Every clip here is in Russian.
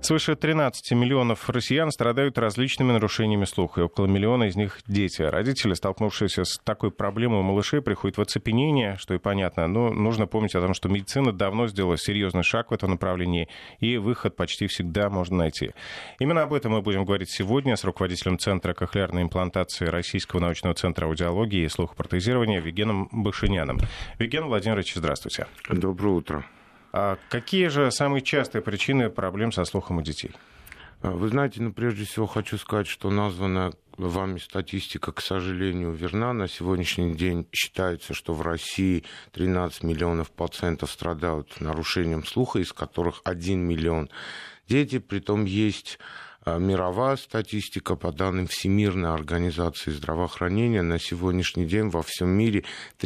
Свыше 13 миллионов россиян страдают различными нарушениями слуха, и около миллиона из них — дети. Родители, столкнувшиеся с такой проблемой у малышей, приходят в оцепенение, что и понятно. Но нужно помнить о том, что медицина давно сделала серьезный шаг в этом направлении, и выход почти всегда можно найти. Именно об этом мы будем говорить сегодня с руководителем Центра кохлеарной имплантации Российского научного центра аудиологии и слухопротезирования Вигеном Башиняном. Виген Владимирович, здравствуйте. Доброе утро. А какие же самые частые причины проблем со слухом у детей? Вы знаете, прежде всего хочу сказать, что названная вами статистика, к сожалению, верна. На сегодняшний день считается, что в России 13 миллионов пациентов страдают нарушением слуха, из которых 1 миллион дети. Притом есть мировая статистика, по данным Всемирной организации здравоохранения, на сегодняшний день во всем мире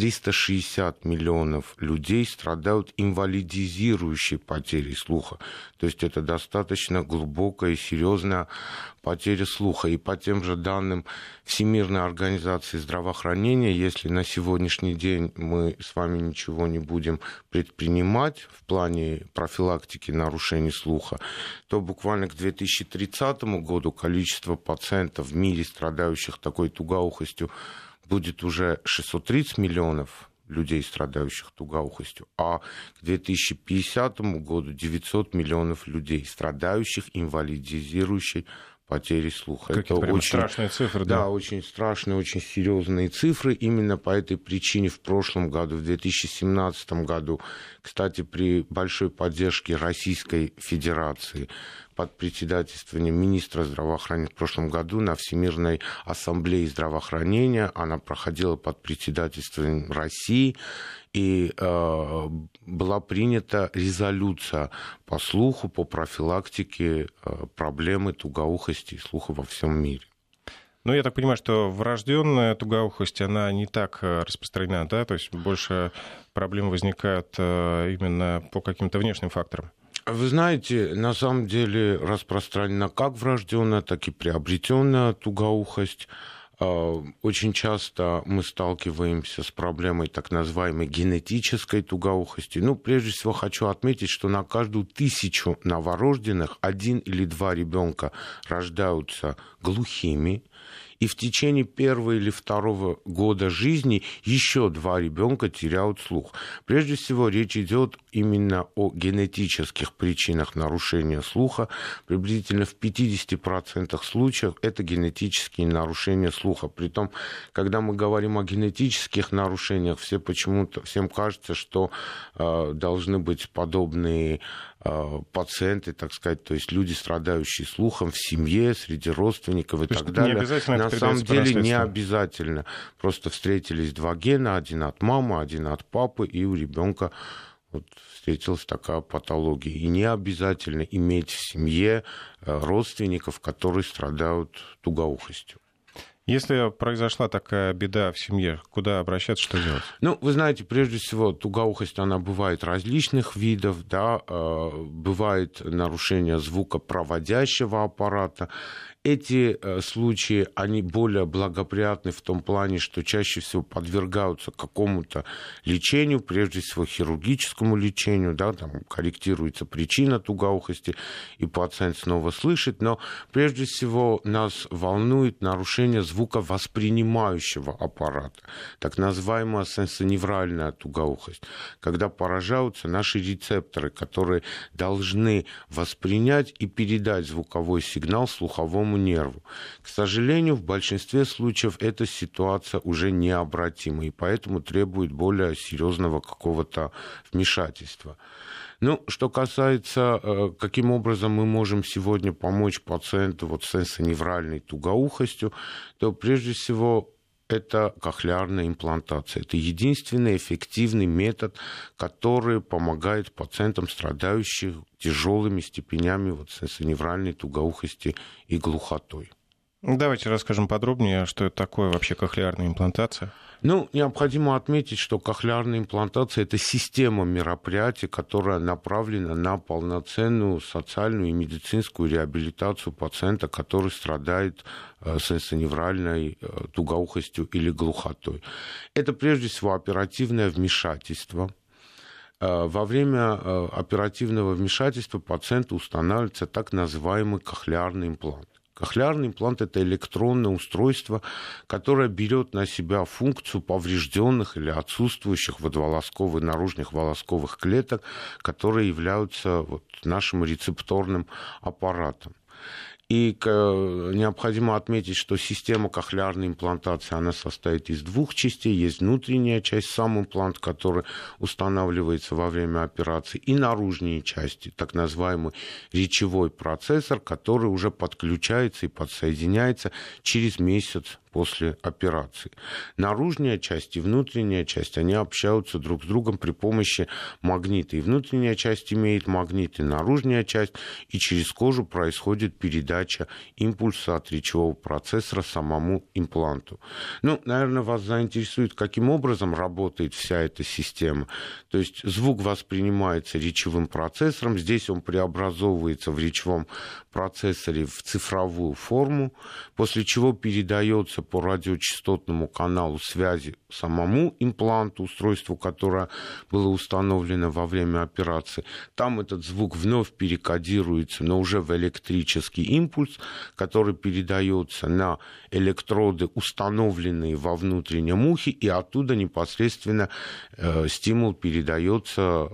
360 миллионов людей страдают инвалидизирующей потерей слуха. То есть это достаточно глубокая и серьезная потеря слуха. И по тем же данным Всемирной организации здравоохранения, если на сегодняшний день мы с вами ничего не будем предпринимать в плане профилактики нарушений слуха, то буквально к 2030 году количество пациентов в мире, страдающих такой тугоухостью, будет уже 630 миллионов людей, страдающих тугоухостью, а к 2050 году 900 миллионов людей, страдающих инвалидизирующей потерей слуха. Какие-то прям очень страшные цифры, да? Да, очень страшные, очень серьезные цифры. Именно по этой причине в прошлом году, в 2017 году, кстати, при большой поддержке Российской Федерации, под председательством министра здравоохранения в прошлом году на Всемирной ассамблее здравоохранения, она проходила под председательством России, и была принята резолюция по слуху, по профилактике проблемы тугоухости и слуха во всем мире. Ну, я так понимаю, что врожденная тугоухость, она не так распространена, да? То есть больше проблем возникают именно по каким-то внешним факторам. Вы знаете, на самом деле распространена как врожденная, так и приобретенная тугоухость. Очень часто мы сталкиваемся с проблемой так называемой генетической тугоухости. Прежде всего хочу отметить, что на каждую 1000 новорожденных 1 или 2 ребенка рождаются глухими. И в течение 1 или 2 года жизни еще 2 ребенка теряют слух. Прежде всего, речь идет именно о генетических причинах нарушения слуха. Приблизительно в 50% случаев это генетические нарушения слуха. Притом, когда мы говорим о генетических нарушениях, всем кажется, что должны быть подобные пациенты, так сказать, то есть люди, страдающие слухом в семье, среди родственников и так далее. На самом деле не обязательно. Просто встретились 2 гена, один от мамы, один от папы, и у ребенка встретилась такая патология. И не обязательно иметь в семье родственников, которые страдают тугоухостью. Если произошла такая беда в семье, куда обращаться, что делать? Вы знаете, прежде всего, тугоухость, она бывает различных видов, да, бывает нарушение звукопроводящего аппарата. Эти случаи, они более благоприятны в том плане, что чаще всего подвергаются какому-то лечению, прежде всего хирургическому лечению, да, там корректируется причина тугоухости, и пациент снова слышит, но прежде всего нас волнует нарушение звуковоспринимающего аппарата, так называемая сенсоневральная тугоухость, когда поражаются наши рецепторы, которые должны воспринять и передать звуковой сигнал слуховому нерву. К сожалению, в большинстве случаев эта ситуация уже необратима, и поэтому требует более серьезного какого-то вмешательства. Что касается, каким образом мы можем сегодня помочь пациенту с сенсоневральной тугоухостью, то прежде всего это кохлеарная имплантация. Это единственный эффективный метод, который помогает пациентам, страдающим тяжелыми степенями сенсоневральной тугоухости и глухотой. Давайте расскажем подробнее, что это такое вообще кохлеарная имплантация. Необходимо отметить, что кохлеарная имплантация – это система мероприятий, которая направлена на полноценную социальную и медицинскую реабилитацию пациента, который страдает сенсоневральной тугоухостью или глухотой. Это прежде всего оперативное вмешательство. во время оперативного вмешательства пациенту устанавливается так называемый кохлеарный имплант. Кохлеарный имплант – это электронное устройство, которое берет на себя функцию поврежденных или отсутствующих водоволосковых, наружных волосковых клеток, которые являются нашим рецепторным аппаратом. И необходимо отметить, что система кохлеарной имплантации, она состоит из двух частей. Есть внутренняя часть, сам имплант, который устанавливается во время операции, и наружные части, так называемый речевой процессор, который уже подключается и подсоединяется через месяц после операции. Наружная часть и внутренняя часть, они общаются друг с другом при помощи магнита. И внутренняя часть имеет магнит, и наружная часть, и через кожу происходит передача импульса от речевого процессора самому импланту. Наверное, вас заинтересует, каким образом работает вся эта система. То есть звук воспринимается речевым процессором, здесь он преобразовывается в речевом процессоре в цифровую форму, после чего передается по радиочастотному каналу связи самому импланту, устройству, которое было установлено во время операции. Там этот звук вновь перекодируется, но уже в электрический импульс, который передается на электроды, установленные во внутреннем ухе, и оттуда непосредственно стимул передается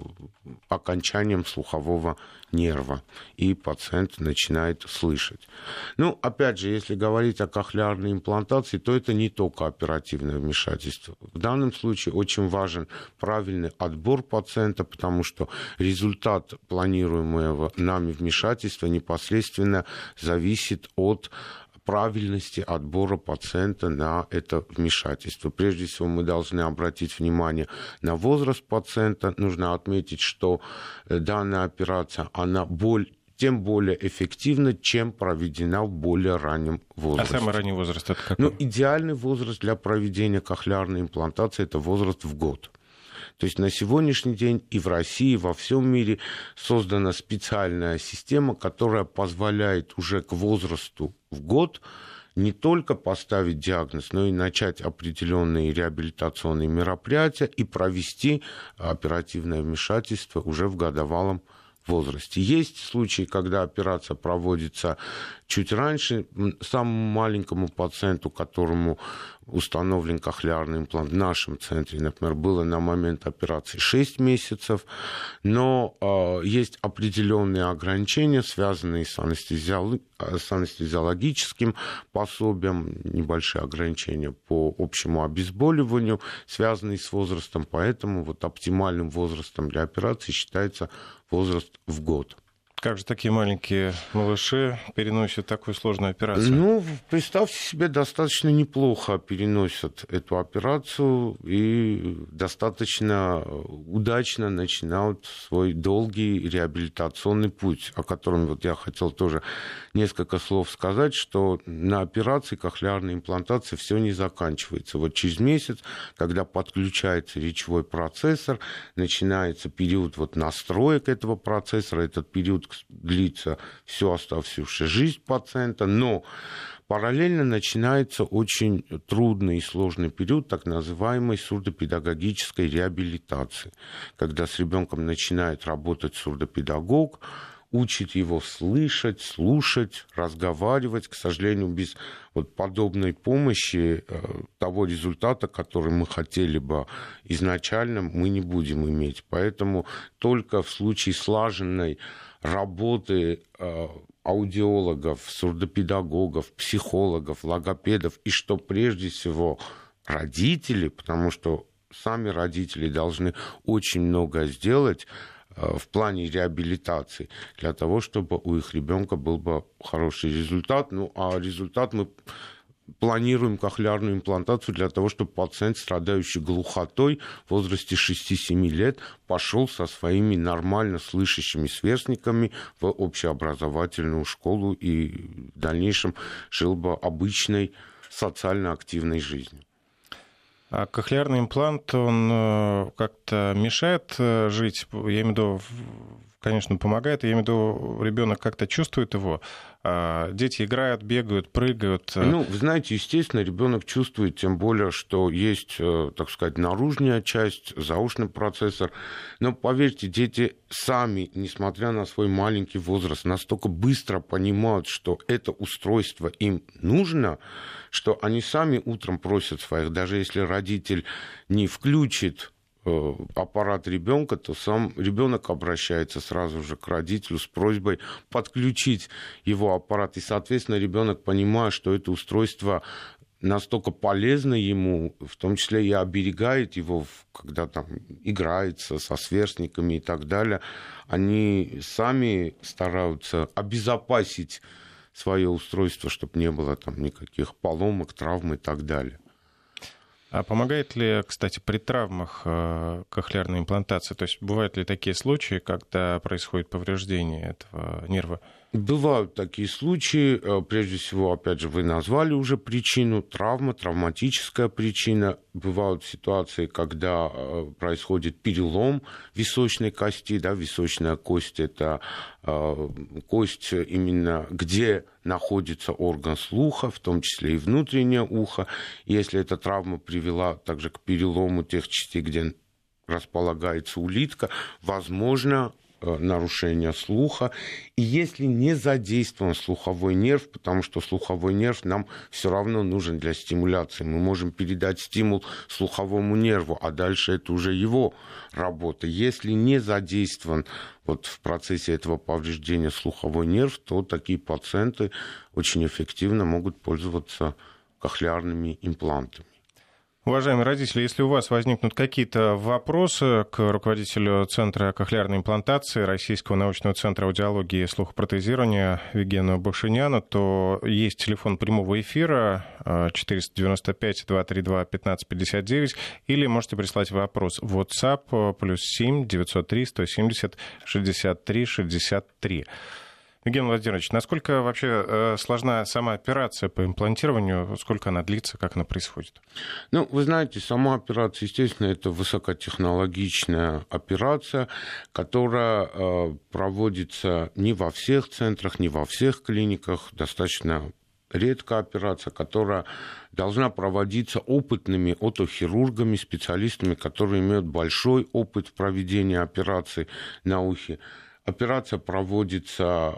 окончанием слухового нерва, и пациент начинает слышать. Опять же, если говорить о кохлеарной имплантации, то это не только оперативное вмешательство. В данном случае очень важен правильный отбор пациента, потому что результат планируемого нами вмешательства непосредственно зависит от правильности отбора пациента на это вмешательство. Прежде всего, мы должны обратить внимание на возраст пациента. Нужно отметить, что данная операция, она тем более эффективна, чем проведена в более раннем возрасте. А самый ранний возраст это какой? Идеальный возраст для проведения кохлеарной имплантации – это возраст в год. То есть на сегодняшний день и в России, и во всем мире создана специальная система, которая позволяет уже к возрасту в год не только поставить диагноз, но и начать определенные реабилитационные мероприятия и провести оперативное вмешательство уже в годовалом возрасте. Есть случаи, когда операция проводится чуть раньше. Самому маленькому пациенту, которому установлен кохлеарный имплант в нашем центре, например, было на момент операции 6 месяцев, но есть определенные ограничения, связанные с анестезиологическим пособием, небольшие ограничения по общему обезболиванию, связанные с возрастом, поэтому оптимальным возрастом для операции считается возраст в год. Как же такие маленькие малыши переносят такую сложную операцию? Представьте себе, достаточно неплохо переносят эту операцию и достаточно удачно начинают свой долгий реабилитационный путь, о котором я хотел тоже несколько слов сказать, что на операции кохлеарной имплантации все не заканчивается. Через месяц, когда подключается речевой процессор, начинается период настроек этого процессора, этот период длится всю оставшуюся жизнь пациента, но параллельно начинается очень трудный и сложный период так называемой сурдопедагогической реабилитации, когда с ребенком начинает работать сурдопедагог, учит его слышать, слушать, разговаривать. К сожалению, без подобной помощи того результата, который мы хотели бы изначально, мы не будем иметь. Поэтому только в случае слаженной работы аудиологов, сурдопедагогов, психологов, логопедов, и что прежде всего родители, потому что сами родители должны очень много сделать в плане реабилитации для того, чтобы у их ребенка был бы хороший результат. А результат мы планируем кохлеарную имплантацию для того, чтобы пациент, страдающий глухотой в возрасте 6-7 лет, пошел со своими нормально слышащими сверстниками в общеобразовательную школу и в дальнейшем жил бы обычной социально активной жизнью. А кохлеарный имплант, он как-то мешает жить, я имею в виду, конечно, помогает. Я имею в виду, ребенок как-то чувствует его. Дети играют, бегают, прыгают. Ну, вы знаете, естественно, ребенок чувствует, тем более, что есть, так сказать, наружная часть, заушный процессор. Но поверьте, дети сами, несмотря на свой маленький возраст, настолько быстро понимают, что это устройство им нужно, что они сами утром просят своих, даже если родитель не включит аппарат ребенка, то сам ребенок обращается сразу же к родителю с просьбой подключить его аппарат. И, соответственно, ребенок, понимая, что это устройство настолько полезно ему, в том числе и оберегает его, когда там играется со сверстниками и так далее, они сами стараются обезопасить свое устройство, чтобы не было там никаких поломок, травм и так далее. А помогает ли, кстати, при травмах кохлеарной имплантации? То есть бывают ли такие случаи, когда происходит повреждение этого нерва? Бывают такие случаи. Прежде всего, опять же, вы назвали уже причину. Травма, травматическая причина. Бывают ситуации, когда происходит перелом височной кости. Да, височная кость – это кость именно где находится орган слуха, в том числе и внутреннее ухо. Если эта травма привела также к перелому тех частей, где располагается улитка, возможно нарушение слуха. И если не задействован слуховой нерв, потому что слуховой нерв нам все равно нужен для стимуляции, мы можем передать стимул слуховому нерву, а дальше это уже его работа. Если не задействован вот в процессе этого повреждения слуховой нерв, то такие пациенты очень эффективно могут пользоваться кохлеарными имплантами. Уважаемые родители, если у вас возникнут какие-то вопросы к руководителю Центра кохлеарной имплантации Российского научного центра аудиологии и слухопротезирования Вигену Башиняну, то есть телефон прямого эфира 495-232-1559, или можете прислать вопрос в WhatsApp +7 903 170 63 63. Евгений Владимирович, насколько вообще сложна сама операция по имплантированию, сколько она длится, как она происходит? Ну, вы знаете, сама операция, естественно, это высокотехнологичная операция, которая проводится не во всех центрах, не во всех клиниках, достаточно редкая операция, которая должна проводиться опытными отохирургами, специалистами, которые имеют большой опыт в проведении операций на ухе. Операция проводится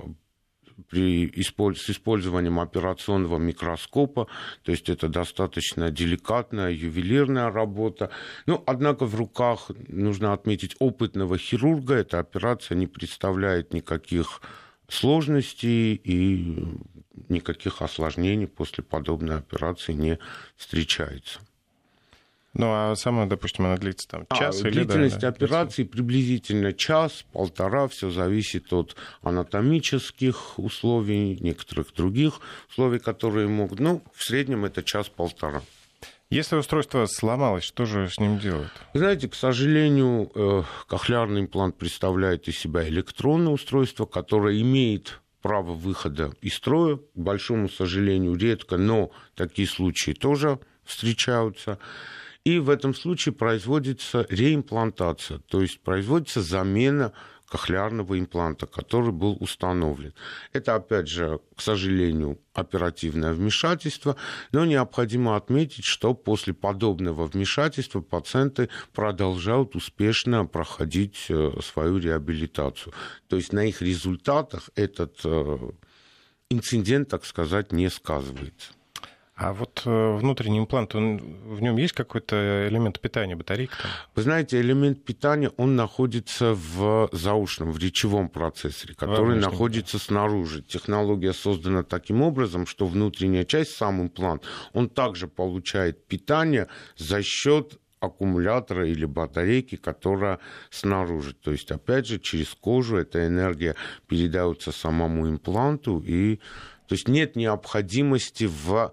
с использованием операционного микроскопа, то есть это достаточно деликатная, ювелирная работа. Но, однако, в руках, нужно отметить, опытного хирурга эта операция не представляет никаких сложностей и никаких осложнений после подобной операции не встречается. Ну, а сама, допустим, она длится там час или... Длительность операции приблизительно час-полтора, все зависит от анатомических условий, некоторых других условий, которые могут... Ну, в среднем это час-полтора. Если устройство сломалось, что же с ним делают? Вы знаете, к сожалению, кохлеарный имплант представляет из себя электронное устройство, которое имеет право выхода из строя. К большому сожалению, редко, но такие случаи тоже встречаются. И в этом случае производится реимплантация, то есть производится замена кохлеарного импланта, который был установлен. Это, опять же, к сожалению, оперативное вмешательство, но необходимо отметить, что после подобного вмешательства пациенты продолжают успешно проходить свою реабилитацию. То есть на их результатах этот инцидент, так сказать, не сказывается. А вот внутренний имплант, в нем есть какой-то элемент питания, батарейка там? Вы знаете, элемент питания, он находится в заушном, в речевом процессоре, который находится снаружи. Технология создана таким образом, что внутренняя часть, сам имплант, он также получает питание за счет аккумулятора или батарейки, которая снаружи. То есть, опять же, через кожу эта энергия передается самому импланту. И, то есть нет необходимости в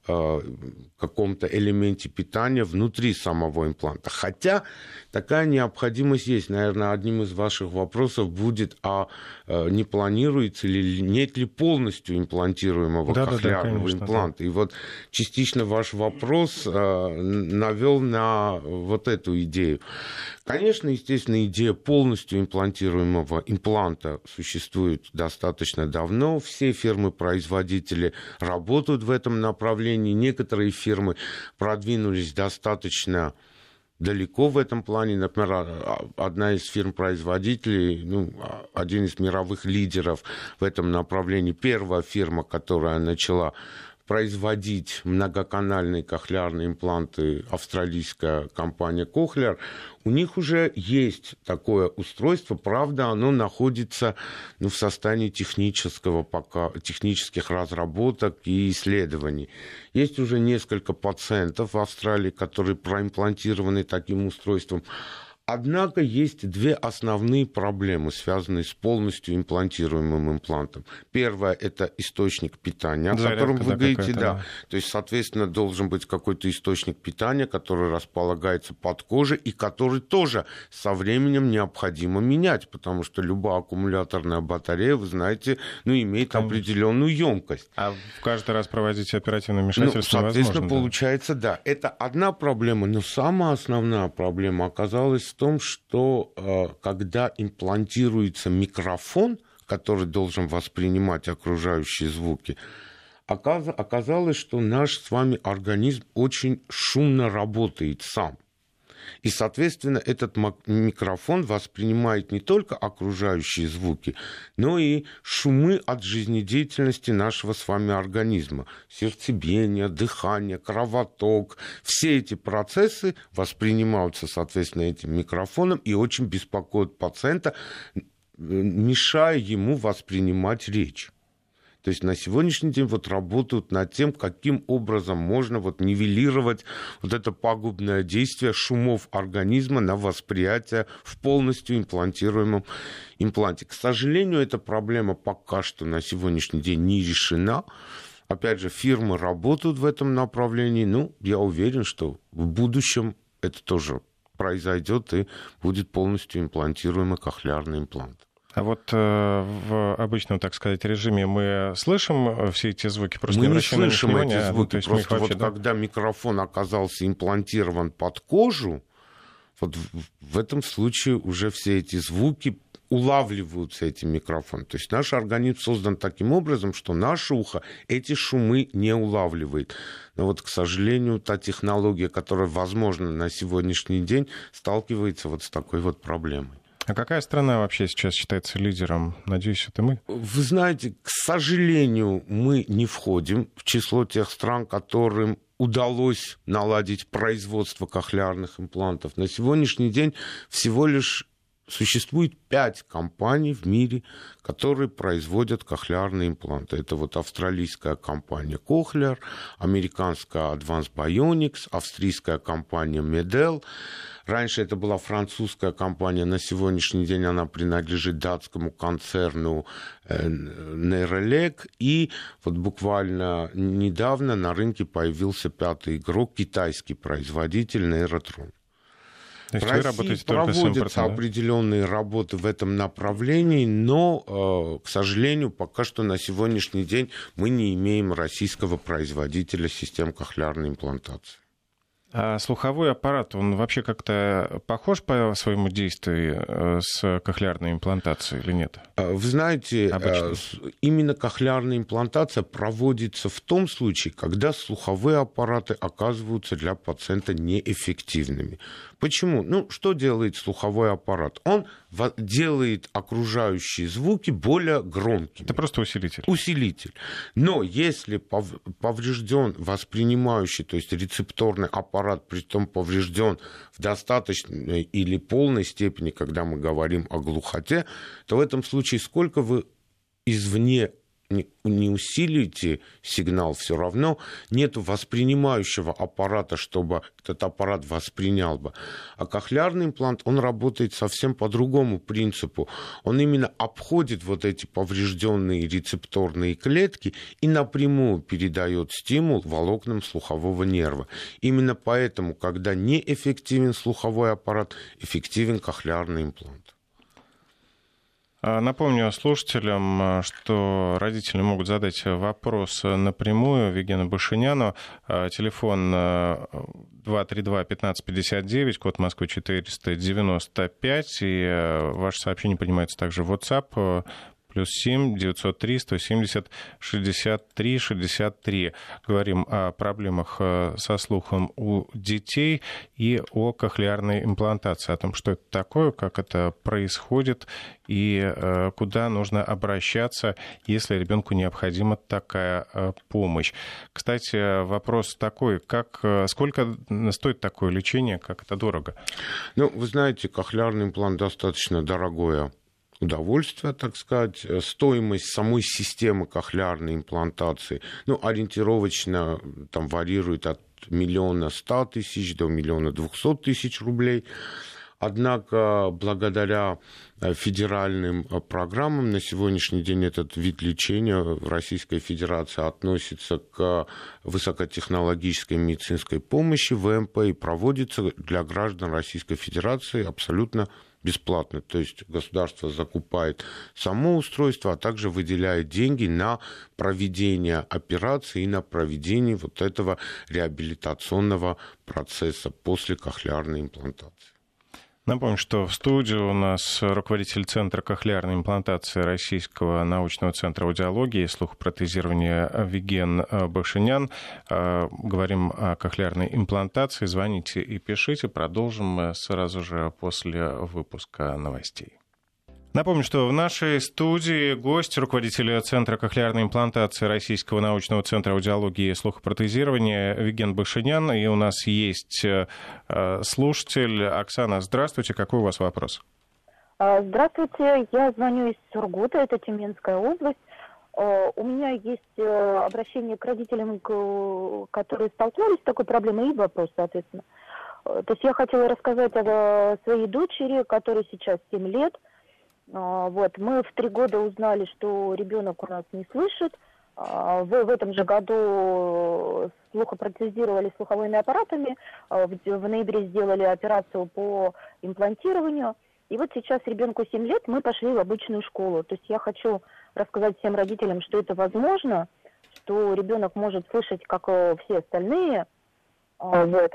каком-то элементе питания внутри самого импланта. Хотя такая необходимость есть. Наверное, одним из ваших вопросов будет, не планируется или нет ли полностью имплантируемого кохлеарного импланта. Да. И вот частично ваш вопрос навел на вот эту идею. Конечно, естественно, идея полностью имплантируемого импланта существует достаточно давно. Все фирмы-производители работают в этом направлении. Некоторые фирмы продвинулись достаточно далеко в этом плане. Например, одна из фирм-производителей, один из мировых лидеров в этом направлении, первая фирма, которая начала производить многоканальные кохлеарные импланты, австралийская компания Cochlear, у них уже есть такое устройство, правда, оно находится в состоянии технических разработок и исследований. Есть уже несколько пациентов в Австралии, которые проимплантированы таким устройством. Однако есть две основные проблемы, связанные с полностью имплантируемым имплантом. Первое – это источник питания, о котором вы говорите. Да. То есть, соответственно, должен быть какой-то источник питания, который располагается под кожей и который тоже со временем необходимо менять, потому что любая аккумуляторная батарея, вы знаете, имеет определенную емкость. А каждый раз проводить оперативное вмешательство невозможно. Соответственно, получается, да. Это одна проблема, но самая основная проблема оказалась в том, что когда имплантируется микрофон, который должен воспринимать окружающие звуки, оказалось, что наш с вами организм очень шумно работает сам. И, соответственно, этот микрофон воспринимает не только окружающие звуки, но и шумы от жизнедеятельности нашего с вами организма. Сердцебиение, дыхание, кровоток. Все эти процессы воспринимаются, соответственно, этим микрофоном и очень беспокоят пациента, мешая ему воспринимать речь. То есть на сегодняшний день работают над тем, каким образом можно нивелировать это пагубное действие шумов организма на восприятие в полностью имплантируемом импланте. К сожалению, эта проблема пока что на сегодняшний день не решена. Опять же, фирмы работают в этом направлении. Я уверен, что в будущем это тоже произойдет и будет полностью имплантируемый кохлеарный имплант. А в обычном, так сказать, режиме мы слышим все эти звуки? Просто мы не слышим эти звуки. Просто вообще, когда микрофон оказался имплантирован под кожу, в этом случае уже все эти звуки улавливаются этим микрофоном. То есть наш организм создан таким образом, что наше ухо эти шумы не улавливает. Но к сожалению, та технология, которая возможна на сегодняшний день, сталкивается с такой проблемой. А какая страна вообще сейчас считается лидером? Надеюсь, это мы? Вы знаете, к сожалению, мы не входим в число тех стран, которым удалось наладить производство кохлеарных имплантов. На сегодняшний день всего лишь существует 5 компаний в мире, которые производят кохлеарные импланты. Это австралийская компания Cochlear, американская Advanced Bionics, австрийская компания Medel. Раньше это была французская компания, на сегодняшний день она принадлежит датскому концерну Neurelec. И буквально недавно на рынке появился 5-й игрок, китайский производитель Neurotron. В России проводятся определенные работы в этом направлении, но, к сожалению, пока что на сегодняшний день мы не имеем российского производителя систем кохлеарной имплантации. А слуховой аппарат, он вообще как-то похож по своему действию с кохлеарной имплантацией или нет? Вы знаете, именно кохлеарная имплантация проводится в том случае, когда слуховые аппараты оказываются для пациента неэффективными. Почему? Что делает слуховой аппарат? Он делает окружающие звуки более громкими. Это просто усилитель. Усилитель. Но если поврежден воспринимающий, то есть рецепторный аппарат, притом поврежден в достаточной или полной степени, когда мы говорим о глухоте, то в этом случае сколько вы извне не усилите сигнал, все равно нет воспринимающего аппарата, чтобы этот аппарат воспринял бы. А кохлеарный имплант, он работает совсем по другому принципу. Он именно обходит вот эти поврежденные рецепторные клетки и напрямую передает стимул волокнам слухового нерва. Именно поэтому, когда неэффективен слуховой аппарат, эффективен кохлеарный имплант. Напомню слушателям, что родители могут задать вопрос напрямую Вигену Башиняну. Телефон 232-1559, код Москвы 495. И ваше сообщение принимается также в WhatsApp. +7 903 170 63 63. Говорим о проблемах со слухом у детей и о кохлеарной имплантации, о том, что это такое, как это происходит и куда нужно обращаться, если ребенку необходима такая помощь. Кстати, вопрос такой, сколько стоит такое лечение, как это дорого? Ну, вы знаете, кохлеарный имплант достаточно дорогое удовольствие, так сказать. Стоимость самой системы кохлеарной имплантации, ориентировочно там варьирует от 1 100 000 до 1 200 000 рублей. Однако, благодаря федеральным программам, на сегодняшний день этот вид лечения в Российской Федерации относится к высокотехнологической медицинской помощи, ВМП, и проводится для граждан Российской Федерации абсолютно бесплатно. То есть государство закупает само устройство, а также выделяет деньги на проведение операции и на проведение вот этого реабилитационного процесса после кохлеарной имплантации. Напомню, что в студии у нас руководитель Центра кохлеарной имплантации Российского научного центра аудиологии и слухопротезирования Виген Башинян. Говорим о кохлеарной имплантации. Звоните и пишите. Продолжим мы сразу же после выпуска новостей. Напомню, что в нашей студии гость, руководитель Центра кохлеарной имплантации Российского научного центра аудиологии и слухопротезирования Виген Башинян. И у нас есть слушатель. Оксана, здравствуйте. Какой у вас вопрос? Здравствуйте. Я звоню из Сургута, это Тюменская область. У меня есть обращение к родителям, которые столкнулись с такой проблемой, и вопрос, соответственно. То есть я хотела рассказать о своей дочери, которой сейчас 7 лет. Вот. Мы в 3 года узнали, что ребенок у нас не слышит. В этом же году слухопротезировали слуховыми аппаратами. В ноябре сделали операцию по имплантированию. И вот сейчас ребенку 7 лет, мы пошли в обычную школу. То есть я хочу рассказать всем родителям, что это возможно, что ребенок может слышать, как все остальные. Вот.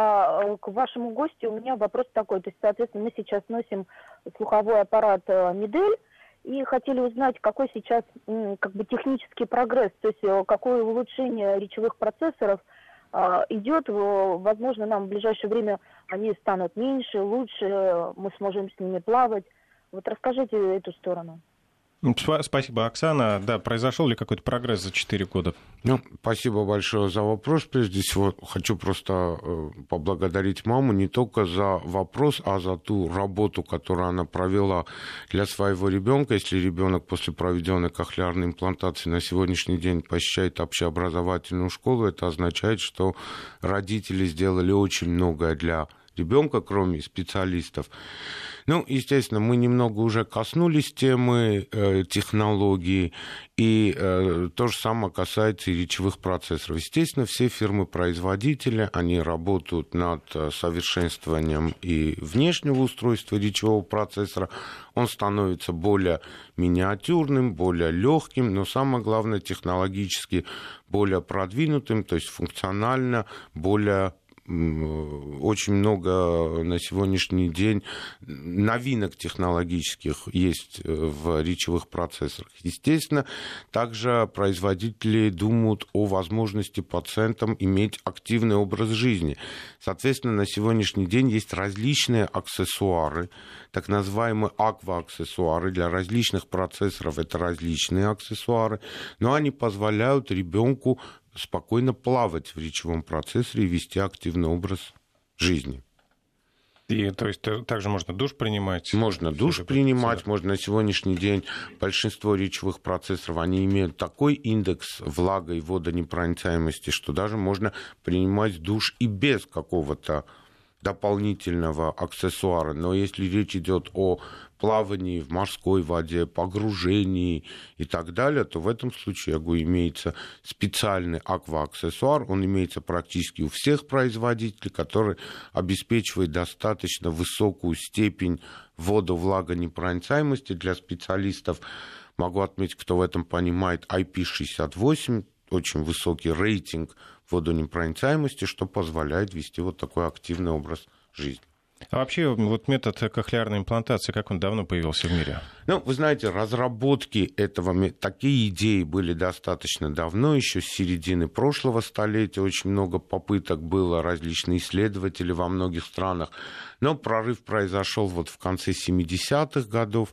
А к вашему гостю у меня вопрос такой. То есть, соответственно, мы сейчас носим слуховой аппарат Медель и хотели узнать, какой сейчас технический прогресс, то есть какое улучшение речевых процессоров идет. Возможно, нам в ближайшее время они станут меньше, лучше, мы сможем с ними плавать. Вот расскажите эту сторону. Спасибо, Оксана. Да, произошел ли какой-то прогресс за 4 года? Спасибо большое за вопрос. Прежде всего, хочу просто поблагодарить маму не только за вопрос, а за ту работу, которую она провела для своего ребенка. Если ребенок после проведенной кохлеарной имплантации на сегодняшний день посещает общеобразовательную школу, это означает, что родители сделали очень многое для ребенка, кроме специалистов. Естественно, мы немного уже коснулись темы технологий, и то же самое касается и речевых процессоров. Естественно, все фирмы-производители, они работают над совершенствованием и внешнего устройства речевого процессора. Он становится более миниатюрным, более легким, но самое главное, технологически более продвинутым, то есть функционально более очень много на сегодняшний день новинок технологических есть в речевых процессорах. Естественно, также производители думают о возможности пациентам иметь активный образ жизни. Соответственно, на сегодняшний день есть различные аксессуары, так называемые аквааксессуары. Для различных процессоров это различные аксессуары, но они позволяют ребенку спокойно плавать в речевом процессоре и вести активный образ жизни. И, то есть, также можно душ принимать? Можно душ принимать, можно на сегодняшний день большинство речевых процессоров, они имеют такой индекс влага и водонепроницаемости, что даже можно принимать душ и без какого-то дополнительного аксессуара. Но если речь идет о плавании в морской воде, погружении и так далее, то в этом случае, я говорю, имеется специальный аквааксессуар. Он имеется практически у всех производителей, который обеспечивает достаточно высокую степень водовлагонепроницаемости для специалистов. Могу отметить, кто в этом понимает, IP68, очень высокий рейтинг водонепроницаемости, что позволяет вести вот такой активный образ жизни. А вообще вот метод кохлеарной имплантации, как он давно появился в мире? Ну, вы знаете, разработки этого, такие идеи были достаточно давно, еще с середины прошлого столетия. Очень много попыток было, различные исследователи во многих странах. Но прорыв произошел вот в конце 70-х годов,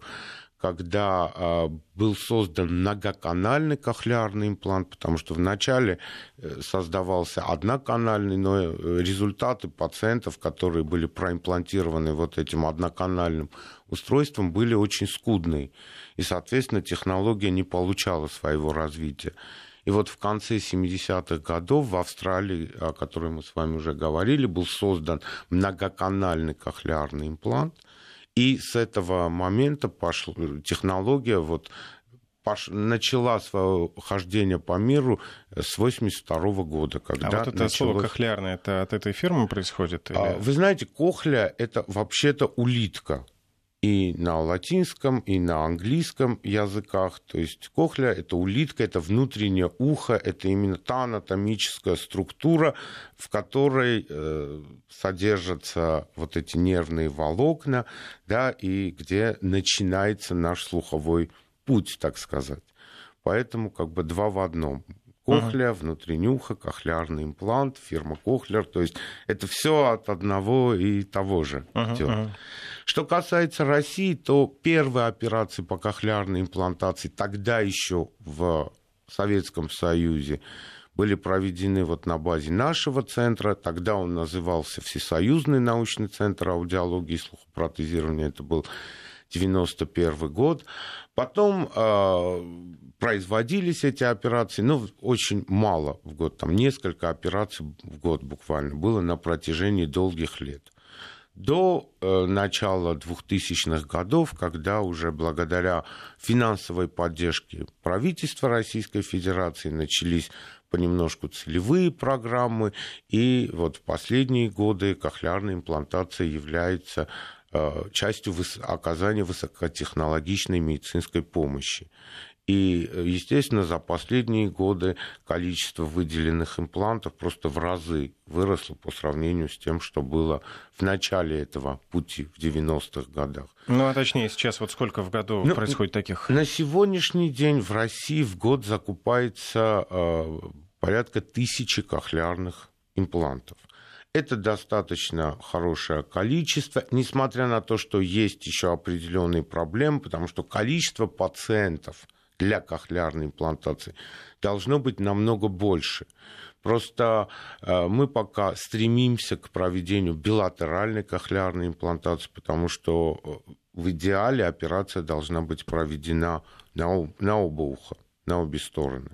когда был создан многоканальный кохлеарный имплант, потому что вначале создавался одноканальный, но результаты пациентов, которые были проимплантированы вот этим одноканальным устройством, были очень скудные. И, соответственно, технология не получала своего развития. И вот в конце 70-х годов в Австралии, о которой мы с вами уже говорили, был создан многоканальный кохлеарный имплант. И с этого момента технология начала свое хождение по миру с 1982 года. Когда вот это слово «кохлеарное» это от этой фирмы происходит? Или... Вы знаете, кохлеа — это вообще-то улитка. И на латинском, и на английском языках. То есть кохлеа — это улитка, это внутреннее ухо, это именно та анатомическая структура, в которой содержатся вот эти нервные волокна, да, и где начинается наш слуховой путь, так сказать. Поэтому как бы два в одном. Кохлеа, внутреннее ухо, кохлеарный имплант, фирма Кохлер. То есть это все от одного и того же идет. Что касается России, то первые операции по кохлеарной имплантации тогда еще в Советском Союзе были проведены вот на базе нашего центра. Тогда он назывался Всесоюзный научный центр аудиологии и слухопротезирования. Это был 1991 год. Потом производились эти операции, но очень мало в год. Там несколько операций в год буквально было на протяжении долгих лет. До начала 2000-х годов, когда уже благодаря финансовой поддержке правительства Российской Федерации начались понемножку целевые программы, и вот в последние годы кохлеарная имплантация является частью оказания высокотехнологичной медицинской помощи. И, естественно, за последние годы количество выделенных имплантов просто в разы выросло по сравнению с тем, что было в начале этого пути в 90-х годах. Ну, а точнее, сейчас вот сколько в году происходит таких? На сегодняшний день в России в год закупается порядка 1000 кохлеарных имплантов. Это достаточно хорошее количество, несмотря на то, что есть еще определенные проблемы, потому что количество пациентов для кохлеарной имплантации должно быть намного больше. Просто мы пока стремимся к проведению билатеральной кохлеарной имплантации, потому что в идеале операция должна быть проведена на оба уха, на обе стороны.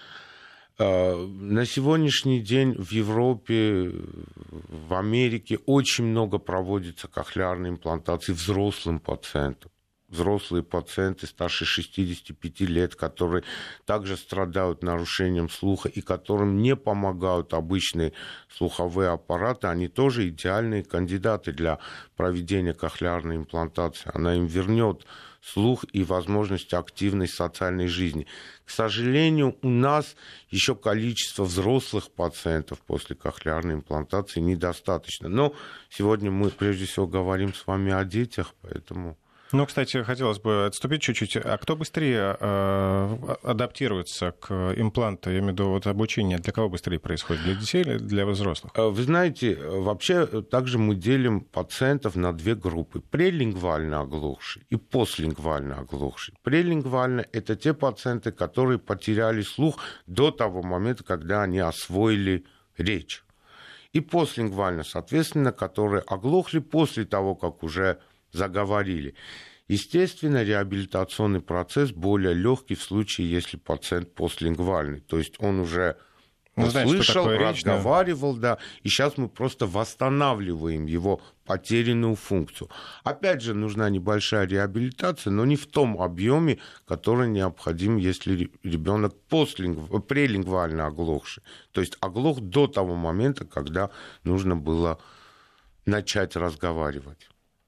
На сегодняшний день в Европе, в Америке очень много проводится кохлеарной имплантации взрослым пациентам. Взрослые пациенты старше 65 лет, которые также страдают нарушением слуха и которым не помогают обычные слуховые аппараты, они тоже идеальные кандидаты для проведения кохлеарной имплантации. Она им вернет слух и возможность активной социальной жизни. К сожалению, у нас еще количество взрослых пациентов после кохлеарной имплантации недостаточно. Но сегодня мы прежде всего говорим с вами о детях, поэтому... Ну, кстати, хотелось бы отступить чуть-чуть. А кто быстрее адаптируется к импланту? Я имею в виду, вот обучение для кого быстрее происходит? Для детей или для взрослых? Вы знаете, вообще также мы делим пациентов на две группы. Прелингвально оглохшие и постлингвально оглохшие. Прелингвально – это те пациенты, которые потеряли слух до того момента, когда они освоили речь. и постлингвально, соответственно, которые оглохли после того, как уже заговорили. Естественно, реабилитационный процесс более легкий в случае, если пациент постлингвальный. То есть он уже слышал, разговаривал, да, и сейчас мы просто восстанавливаем его потерянную функцию. Опять же, нужна небольшая реабилитация, но не в том объеме, который необходим, если ребенок прелингвально оглохший. То есть оглох до того момента, когда нужно было начать разговаривать.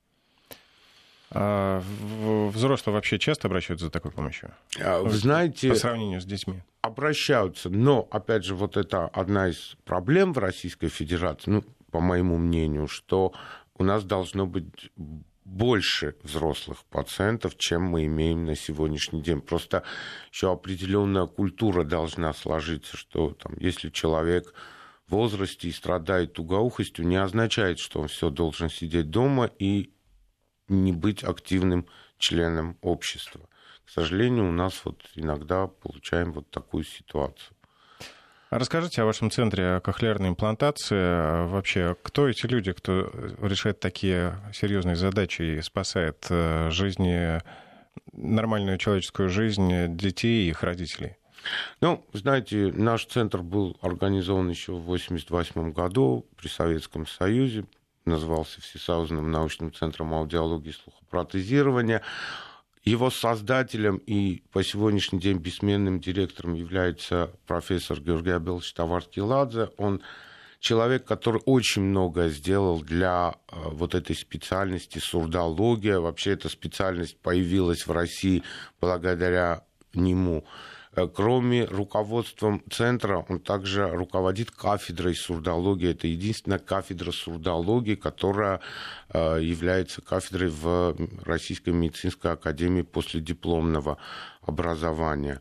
А взрослые вообще часто обращаются за такой помощью? Вы знаете, по сравнению с детьми? Обращаются, но, опять же, вот это одна из проблем в Российской Федерации, ну, по моему мнению, что у нас должно быть больше взрослых пациентов, чем мы имеем на сегодняшний день. Просто еще определенная культура должна сложиться, что там, если человек в возрасте и страдает тугоухостью, не означает, что он все должен сидеть дома и не быть активным членом общества. К сожалению, у нас вот иногда получаем вот такую ситуацию. Расскажите о вашем центре кохлеарной имплантации. Вообще, кто эти люди, кто решает такие серьезные задачи и спасает жизни, нормальную человеческую жизнь детей и их родителей? Ну, знаете, наш центр был организован еще в 1988 году при Советском Союзе. Назывался Всесоюзным научным центром аудиологии и слухопротезирования. Его создателем и по сегодняшний день бессменным директором является профессор Георгий Абелович Таварскиладзе. Он человек, который очень многое сделал для вот этой специальности сурдология. Вообще эта специальность появилась в России благодаря нему. Кроме руководства центра, он также руководит кафедрой сурдологии. Это единственная кафедра сурдологии, которая является кафедрой в Российской медицинской академии последипломного образования.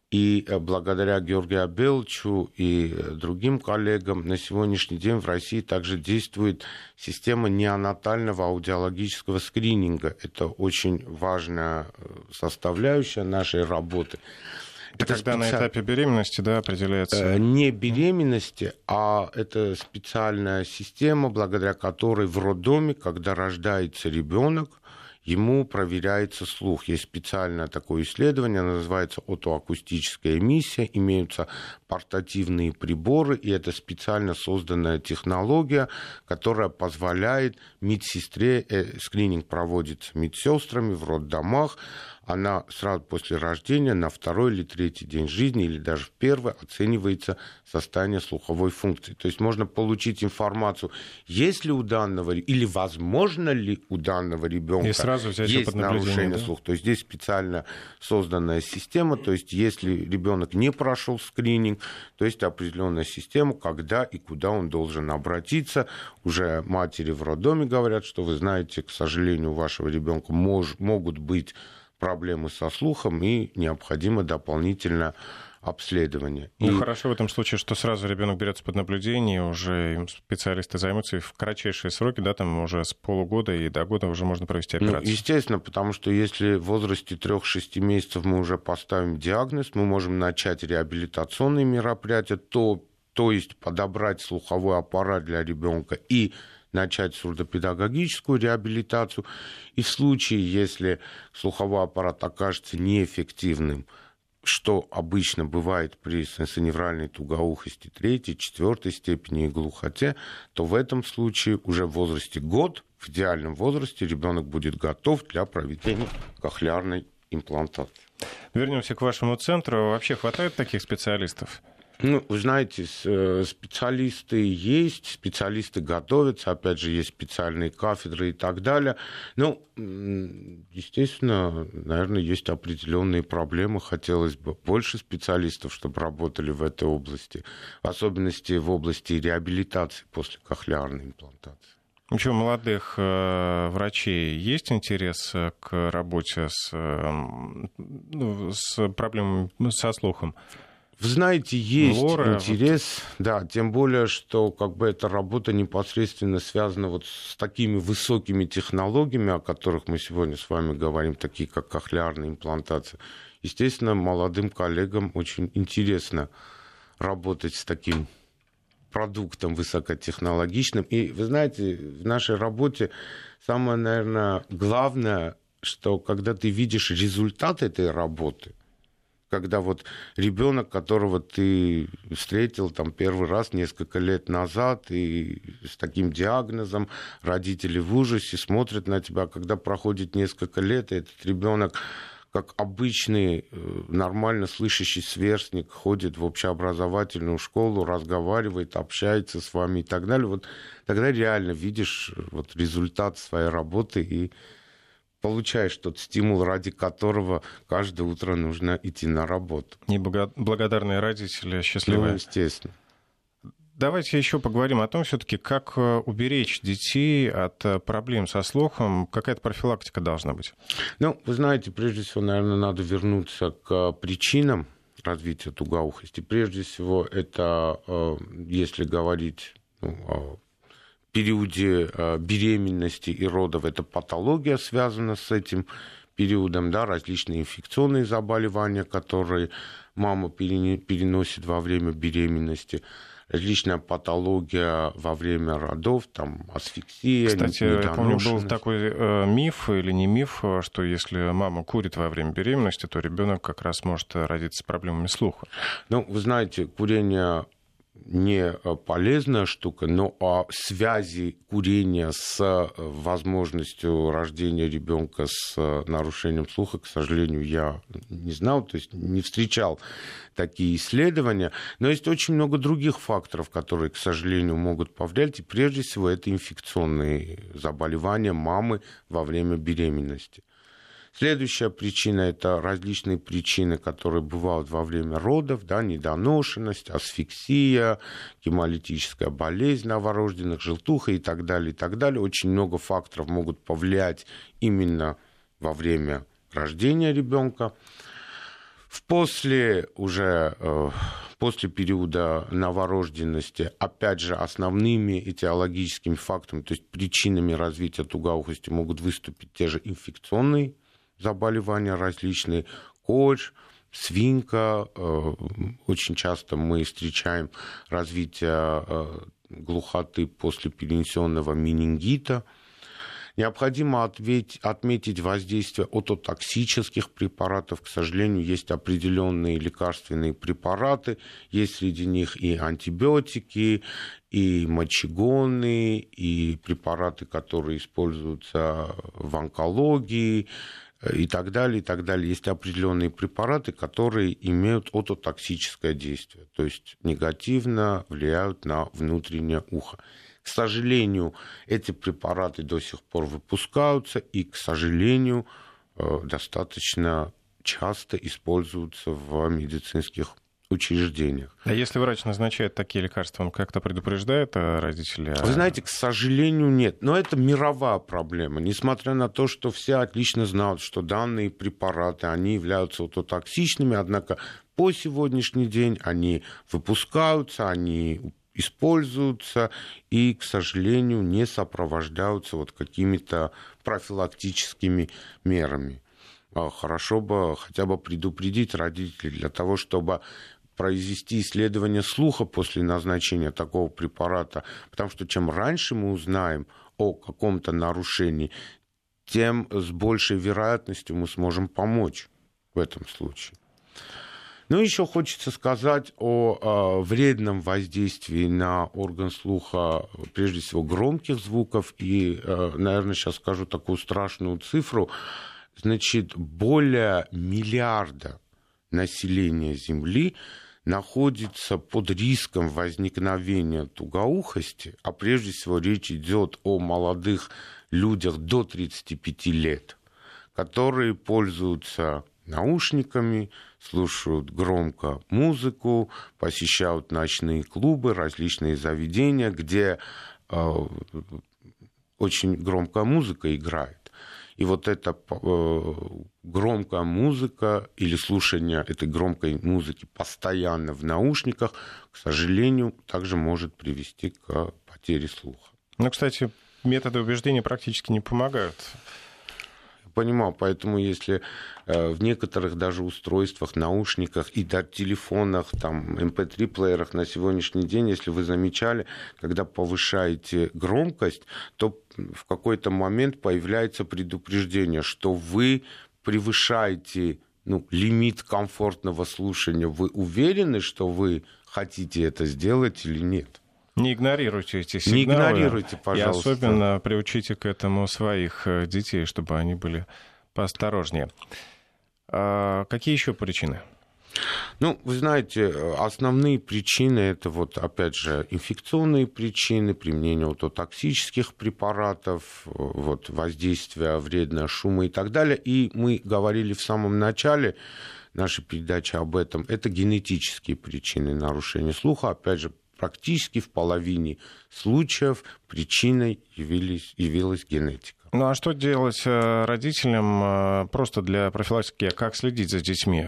И благодаря Георгию Абеловичу и другим коллегам на сегодняшний день в России также действует система неонатального аудиологического скрининга. Это очень важная составляющая нашей работы. Это когда на этапе беременности, да, определяется? Не беременности, а это специальная система, благодаря которой в роддоме, когда рождается ребенок, ему проверяется слух. Есть специальное такое исследование, оно называется отоакустическая эмиссия, имеются портативные приборы, и это специально созданная технология, которая позволяет медсестре, скрининг проводится медсестрами в роддомах, она сразу после рождения на второй или третий день жизни, или даже в первый, оценивается состояние слуховой функции. То есть можно получить информацию, есть ли у данного, или возможно ли у данного ребенка есть нарушение слуха. То есть здесь специально созданная система, то есть если ребенок не прошел скрининг, то есть определенная система, когда и куда он должен обратиться. Уже матери в роддоме говорят, что вы знаете, к сожалению, у вашего ребенка могут быть проблемы со слухом, и необходимо дополнительное обследование. Ну, хорошо в этом случае, что сразу ребенок берется под наблюдение, уже им специалисты займутся, и в кратчайшие сроки, да, там уже с полугода и до года уже можно провести операцию. Ну, естественно, потому что если в возрасте 3-6 месяцев мы уже поставим диагноз, мы можем начать реабилитационные мероприятия, то есть подобрать слуховой аппарат для ребенка и начать сурдопедагогическую реабилитацию. И в случае, если слуховой аппарат окажется неэффективным, что обычно бывает при сенсоневральной тугоухости 3-4 степени и глухоте, то в этом случае уже в возрасте год, в идеальном возрасте, ребенок будет готов для проведения кохлеарной имплантации. Вернемся к вашему центру. Вообще хватает таких специалистов? Ну, вы знаете, специалисты есть, специалисты готовятся, опять же, есть специальные кафедры и так далее. Ну, естественно, наверное, есть определенные проблемы. Хотелось бы больше специалистов, чтобы работали в этой области, в особенности в области реабилитации после кохлеарной имплантации. У молодых врачей есть интерес к работе с проблемами со слухом? Вы знаете, есть интерес, да, тем более, что как бы эта работа непосредственно связана вот с такими высокими технологиями, о которых мы сегодня с вами говорим, такие как кохлеарная имплантация. Естественно, молодым коллегам очень интересно работать с таким продуктом высокотехнологичным. И вы знаете, в нашей работе самое, наверное, главное, что когда ты видишь результат этой работы, когда вот ребенок, которого ты встретил там первый раз несколько лет назад, и с таким диагнозом, родители в ужасе смотрят на тебя, когда проходит несколько лет, и этот ребенок, как обычный, нормально слышащий сверстник, ходит в общеобразовательную школу, разговаривает, общается с вами и так далее, вот тогда реально видишь вот результат своей работы и получаешь тот стимул, ради которого каждое утро нужно идти на работу. И благодарные родители счастливые. Ну, естественно. Давайте еще поговорим о том, все-таки, как уберечь детей от проблем со слухом. Какая-то профилактика должна быть? Ну, вы знаете, прежде всего, наверное, надо вернуться к причинам развития тугоухости. Прежде всего, это, если говорить о периоде беременности и родов, это патология связана с этим периодом, да, различные инфекционные заболевания, которые мама переносит во время беременности, различная патология во время родов, там, асфиксия, кстати, я помню, был такой миф или не миф, что если мама курит во время беременности, то ребенок как раз может родиться с проблемами слуха. Ну, вы знаете, курение не полезная штука, но о связи курения с возможностью рождения ребенка с нарушением слуха, к сожалению, я не знал, то есть не встречал такие исследования. Но есть очень много других факторов, которые, к сожалению, могут повлиять. И прежде всего это инфекционные заболевания мамы во время беременности. Следующая причина – это различные причины, которые бывают во время родов, да, недоношенность, асфиксия, гемолитическая болезнь новорожденных, желтуха и так далее, и так далее. Очень много факторов могут повлиять именно во время рождения ребенка. После периода новорожденности, опять же, основными этиологическими факторами, то есть причинами развития тугоухости могут выступить те же инфекционные заболевания различные, кож, свинка. Очень часто мы встречаем развитие глухоты после перенесенного менингита. Необходимо отметить воздействие ототоксических препаратов. К сожалению, есть определенные лекарственные препараты, есть среди них и антибиотики, и мочегонные, и препараты, которые используются в онкологии, и так далее, и так далее. Есть определенные препараты, которые имеют ототоксическое действие, то есть негативно влияют на внутреннее ухо. К сожалению, эти препараты до сих пор выпускаются и, к сожалению, достаточно часто используются в медицинских учреждениях. А если врач назначает такие лекарства, он как-то предупреждает родителей? Вы знаете, к сожалению, нет. Но это мировая проблема. Несмотря на то, что все отлично знают, что данные препараты, они являются ототоксичными, однако по сегодняшний день они выпускаются, они используются и, к сожалению, не сопровождаются вот какими-то профилактическими мерами. Хорошо бы хотя бы предупредить родителей для того, чтобы произвести исследование слуха после назначения такого препарата, потому что чем раньше мы узнаем о каком-то нарушении, тем с большей вероятностью мы сможем помочь в этом случае. Ну, еще хочется сказать о вредном воздействии на орган слуха, прежде всего, громких звуков. И, наверное, сейчас скажу такую страшную цифру. Значит, более миллиарда населения Земли находится под риском возникновения тугоухости, а прежде всего речь идет о молодых людях до 35 лет, которые пользуются наушниками, слушают громко музыку, посещают ночные клубы, различные заведения, где очень громкая музыка играет. И вот эта громкая музыка или слушание этой громкой музыки постоянно в наушниках, к сожалению, также может привести к потере слуха. Ну, кстати, методы убеждения практически не помогают. понимал. Поэтому если в некоторых даже устройствах, наушниках и даже телефонах, там, MP3-плеерах на сегодняшний день, если вы замечали, когда повышаете громкость, то в какой-то момент появляется предупреждение, что вы превышаете лимит комфортного слушания. Вы уверены, что вы хотите это сделать или нет? Не игнорируйте эти сигналы. Не игнорируйте, пожалуйста. И особенно приучите к этому своих детей, чтобы они были поосторожнее. Какие еще причины? Вы знаете, основные причины — это, опять же, инфекционные причины, применение ототоксических препаратов, воздействие вредного шума и так далее. И мы говорили в самом начале нашей передачи об этом. Это генетические причины нарушения слуха. Опять же, практически в половине случаев причиной явилась генетика. А что делать родителям просто для профилактики? Как следить за детьми?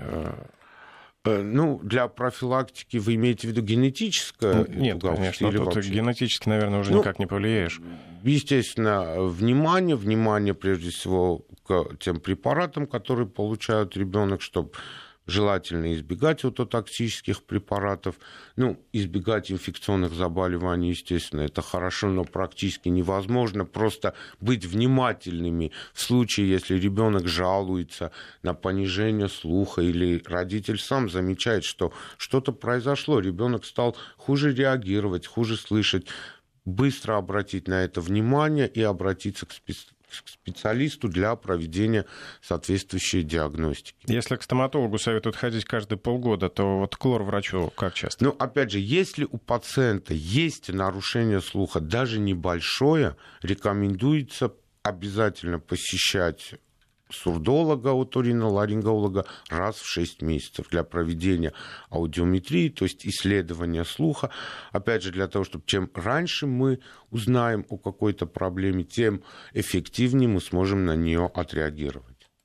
Для профилактики вы имеете в виду генетическое? Нет, конечно, тут вообще? Генетически, наверное, уже никак не повлияешь. Естественно, внимание прежде всего к тем препаратам, которые получает ребенок, чтобы желательно избегать ототоксических препаратов. Избегать инфекционных заболеваний, естественно, это хорошо, но практически невозможно. Просто быть внимательными в случае, если ребенок жалуется на понижение слуха или родитель сам замечает, что что-то произошло, ребенок стал хуже реагировать, хуже слышать. Быстро обратить на это внимание и обратиться к специалисту для проведения соответствующей диагностики. Если к стоматологу советуют ходить каждые полгода, то к лор-врачу как часто? Опять же, если у пациента есть нарушение слуха, даже небольшое, рекомендуется обязательно посещать сурдолога, оториноларинголога раз в 6 месяцев для проведения аудиометрии, то есть исследования слуха. Опять же, для того, чтобы чем раньше мы узнаем о какой-то проблеме, тем эффективнее мы сможем на нее отреагировать.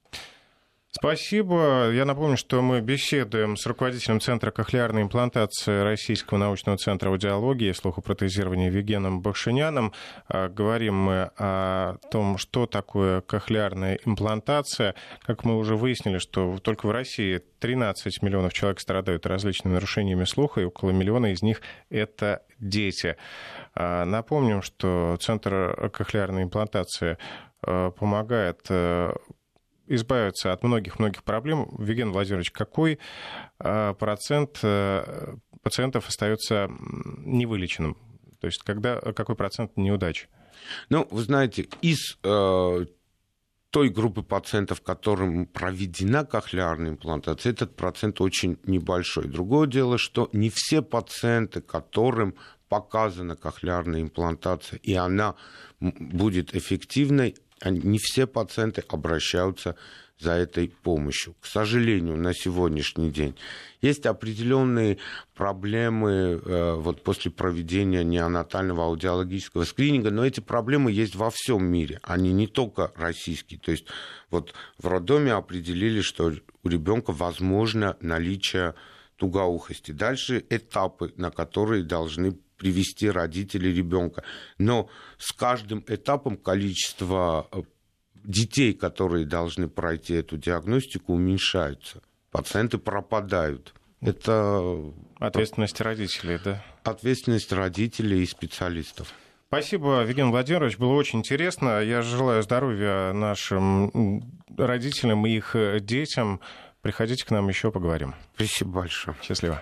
Спасибо. Я напомню, что мы беседуем с руководителем Центра кохлеарной имплантации Российского научного центра аудиологии и слухопротезирования Вигеном Бахшиняном. Говорим мы о том, что такое кохлеарная имплантация. Как мы уже выяснили, что только в России 13 миллионов человек страдают различными нарушениями слуха, и около миллиона из них — это дети. Напомним, что Центр кохлеарной имплантации помогает избавиться от многих-многих проблем. Виген Владимирович, какой процент пациентов остается невылеченным? То есть какой процент неудач? Вы знаете, из той группы пациентов, которым проведена кохлеарная имплантация, этот процент очень небольшой. Другое дело, что не все пациенты, которым показана кохлеарная имплантация, и она будет эффективной, не все пациенты обращаются за этой помощью. К сожалению, на сегодняшний день есть определенные проблемы после проведения неонатального аудиологического скрининга, но эти проблемы есть во всем мире, они не только российские. То есть в роддоме определили, что у ребенка возможно наличие тугоухости. Дальше этапы, на которые должны привести родители ребенка. Но с каждым этапом количество детей, которые должны пройти эту диагностику, уменьшается. Пациенты пропадают. Это ответственность родителей, да? Ответственность родителей и специалистов. Спасибо, Виген Владимирович. Было очень интересно. Я желаю здоровья нашим родителям и их детям. Приходите к нам, еще поговорим. Спасибо большое. Счастливо.